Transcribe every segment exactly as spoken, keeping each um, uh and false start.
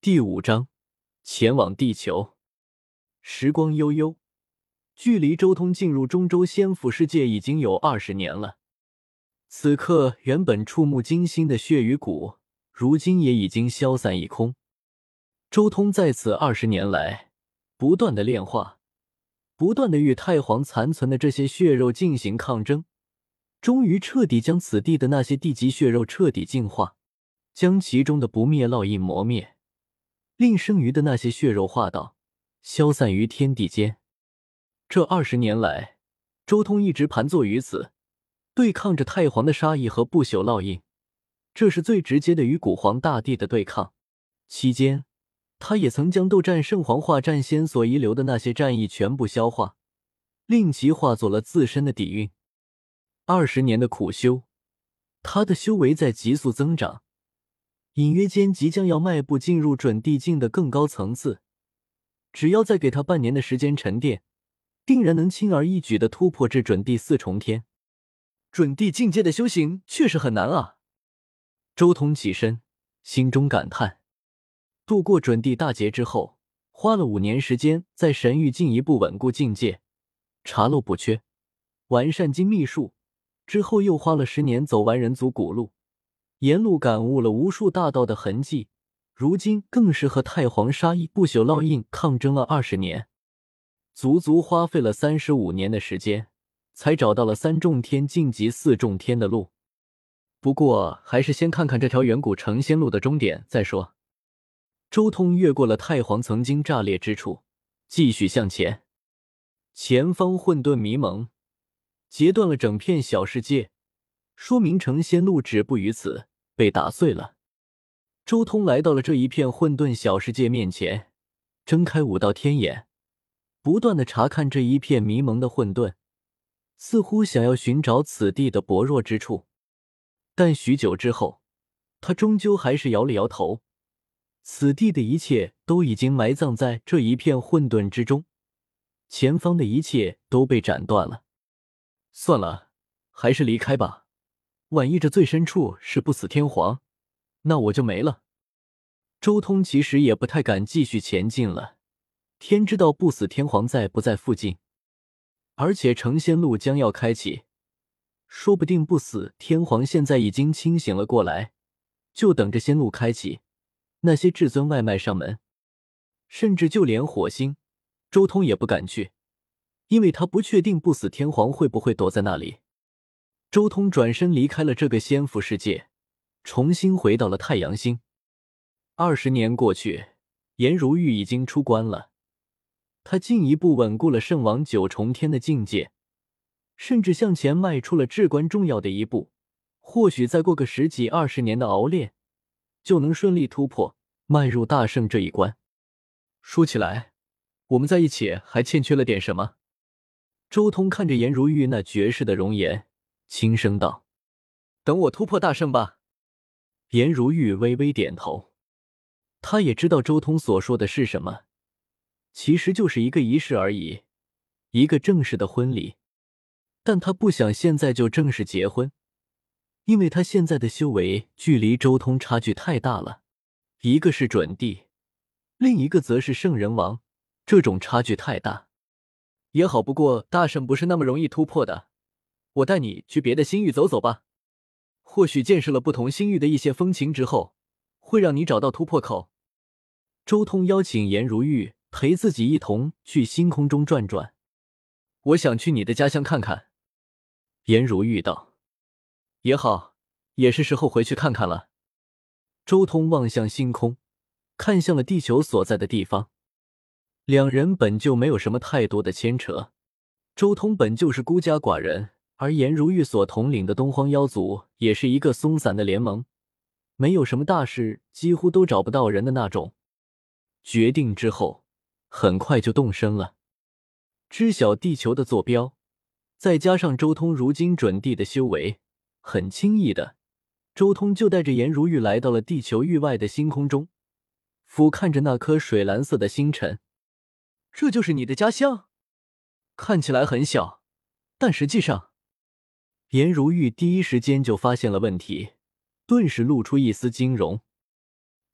第五章，前往地球。时光悠悠，距离周通进入中州仙府世界已经有二十年了。此刻原本触目惊心的血与骨，如今也已经消散一空。周通在此二十年来，不断的炼化，不断的与太皇残存的这些血肉进行抗争，终于彻底将此地的那些地级血肉彻底净化，将其中的不灭烙印磨灭，令剩余的那些血肉化道，消散于天地间。这二十年来，周通一直盘坐于此，对抗着太皇的杀意和不朽烙印，这是最直接的与古皇大帝的对抗。期间，他也曾将斗战圣皇化战仙所遗留的那些战意全部消化，令其化作了自身的底蕴。二十年的苦修，他的修为在急速增长，隐约间即将要迈步进入准地境的更高层次，只要再给他半年的时间沉淀，定然能轻而易举地突破至准地四重天。准地境界的修行确实很难啊！周通起身，心中感叹。度过准地大劫之后，花了五年时间在神域进一步稳固境界，查漏补缺，完善精密术，之后又花了十年走完人族古路，沿路感悟了无数大道的痕迹，如今更是和太皇杀意不朽烙印抗争了二十年，足足花费了三十五年的时间，才找到了三重天晋级四重天的路。不过还是先看看这条远古成仙路的终点再说。周通越过了太皇曾经炸裂之处，继续向前。前方混沌迷蒙，截断了整片小世界，说明成仙路止步于此，被打碎了。周通来到了这一片混沌小世界面前，睁开五道天眼，不断地查看这一片迷蒙的混沌，似乎想要寻找此地的薄弱之处。但许久之后，他终究还是摇了摇头，此地的一切都已经埋葬在这一片混沌之中，前方的一切都被斩断了。算了，还是离开吧，万一这最深处是不死天皇，那我就没了。周通其实也不太敢继续前进了，天知道不死天皇在不在附近，而且成仙路将要开启，说不定不死天皇现在已经清醒了过来，就等着仙路开启，那些至尊外卖上门。甚至就连火星，周通也不敢去，因为他不确定不死天皇会不会躲在那里。周通转身离开了这个仙府世界，重新回到了太阳星。二十年过去，颜如玉已经出关了，他进一步稳固了圣王九重天的境界，甚至向前迈出了至关重要的一步，或许再过个十几二十年的熬炼，就能顺利突破，迈入大圣这一关。说起来，我们在一起还欠缺了点什么？周通看着颜如玉那绝世的容颜，轻声道：等我突破大圣吧。颜如玉微微点头，他也知道周通所说的是什么，其实就是一个仪式而已，一个正式的婚礼。但他不想现在就正式结婚，因为他现在的修为距离周通差距太大了，一个是准地，另一个则是圣人王，这种差距太大。也好不过大圣不是那么容易突破的，我带你去别的星域走走吧，或许见识了不同星域的一些风情之后，会让你找到突破口。周通邀请颜如玉陪自己一同去星空中转转。我想去你的家乡看看。颜如玉道：也好，也是时候回去看看了。周通望向星空，看向了地球所在的地方。两人本就没有什么太多的牵扯，周通本就是孤家寡人，而颜如玉所统领的东荒妖族也是一个松散的联盟，没有什么大事几乎都找不到人的那种。决定之后，很快就动身了。知晓地球的坐标，再加上周通如今准地的修为，很轻易的，周通就带着颜如玉来到了地球域外的星空中，俯瞰着那颗水蓝色的星辰。这就是你的家乡？看起来很小，但实际上……颜如玉第一时间就发现了问题，顿时露出一丝惊容。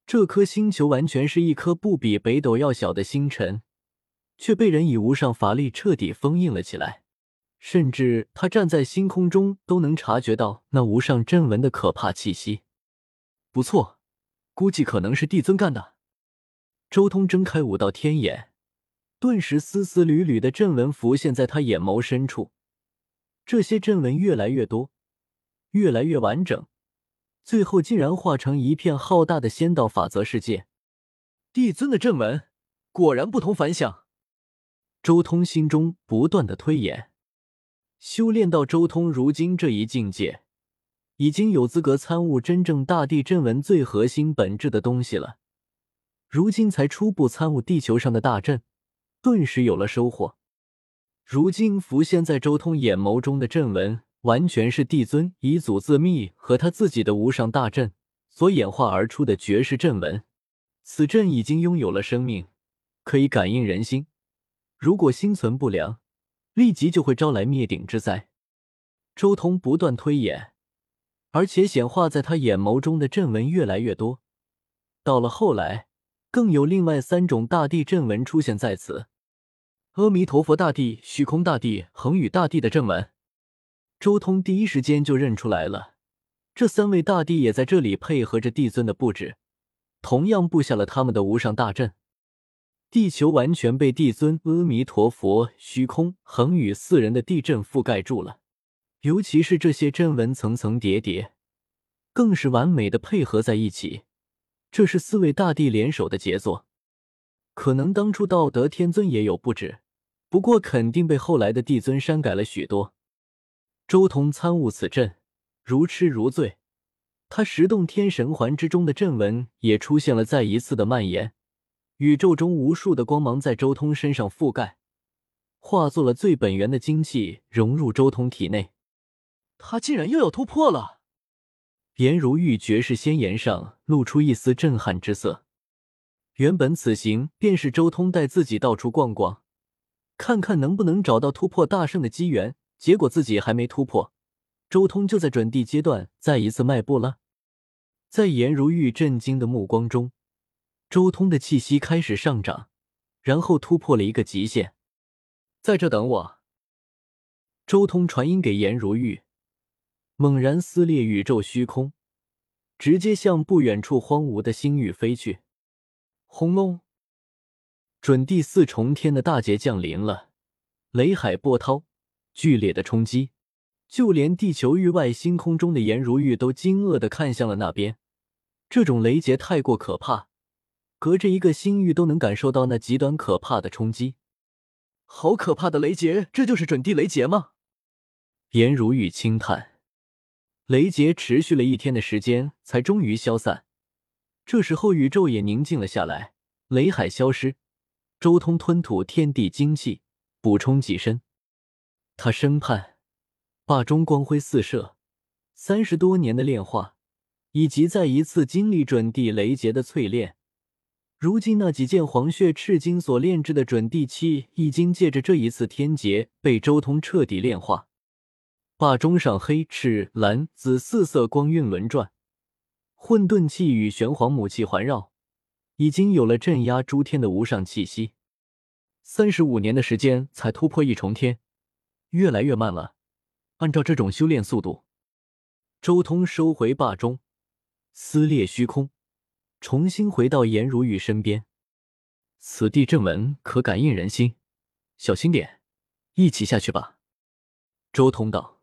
这颗星球完全是一颗不比北斗要小的星辰，却被人以无上法力彻底封印了起来。甚至他站在星空中都能察觉到那无上阵纹的可怕气息。不错，估计可能是帝尊干的。周通睁开五道天眼，顿时丝丝缕缕的阵纹浮现在他眼眸深处。这些阵纹越来越多，越来越完整，最后竟然化成一片浩大的仙道法则世界。帝尊的阵纹果然不同凡响。周通心中不断的推演。修炼到周通如今这一境界，已经有资格参悟真正大地阵纹最核心本质的东西了。如今才初步参悟地球上的大阵，顿时有了收获。如今浮现在周通眼眸中的阵纹，完全是帝尊以祖自秘和他自己的无上大阵所演化而出的绝世阵纹。此阵已经拥有了生命，可以感应人心，如果心存不良，立即就会招来灭顶之灾。周通不断推演，而且显化在他眼眸中的阵纹越来越多，到了后来更有另外三种大地阵纹出现在此。阿弥陀佛大帝、虚空大帝、恒宇大帝的阵纹，周通第一时间就认出来了。这三位大帝也在这里配合着帝尊的布置，同样布下了他们的无上大阵。地球完全被帝尊、阿弥陀佛、虚空、恒宇四人的地阵覆盖住了，尤其是这些阵纹层层叠叠，更是完美的配合在一起。这是四位大帝联手的杰作。可能当初道德天尊也有布置，不过肯定被后来的帝尊删改了许多。周通参悟此阵，如痴如醉。他十洞天神环之中的阵纹也出现了再一次的蔓延，宇宙中无数的光芒在周通身上覆盖，化作了最本源的精气融入周通体内。他竟然又要突破了！颜如玉绝世仙颜上露出一丝震撼之色。原本此行便是周通带自己到处逛逛，看看能不能找到突破大圣的机缘，结果自己还没突破，周通就在准地阶段再一次迈步了。在颜如玉震惊的目光中，周通的气息开始上涨，然后突破了一个极限。在这等我。周通传音给颜如玉，猛然撕裂宇宙虚空，直接向不远处荒芜的星域飞去。轰隆！准地四重天的大劫降临了，雷海波涛，剧烈的冲击，就连地球域外星空中的颜如玉都惊愕地看向了那边。这种雷劫太过可怕，隔着一个星域都能感受到那极端可怕的冲击。好可怕的雷劫，这就是准地雷劫吗？颜如玉轻叹。雷劫持续了一天的时间才终于消散，这时候宇宙也宁静了下来，雷海消失，周通吞吐天地精气，补充己身。他身畔坝中光辉四射，三十多年的炼化以及再一次经历准地雷劫的淬炼，如今那几件黄血赤金所炼制的准地器已经借着这一次天劫被周通彻底炼化。坝中上黑赤蓝紫四色光晕轮转，混沌气与玄黄母气环绕，已经有了镇压诸天的无上气息。三十五年的时间才突破一重天，越来越慢了。按照这种修炼速度，周通收回坝中，撕裂虚空，重新回到颜如玉身边。此地阵纹可感应人心，小心点，一起下去吧。周通道。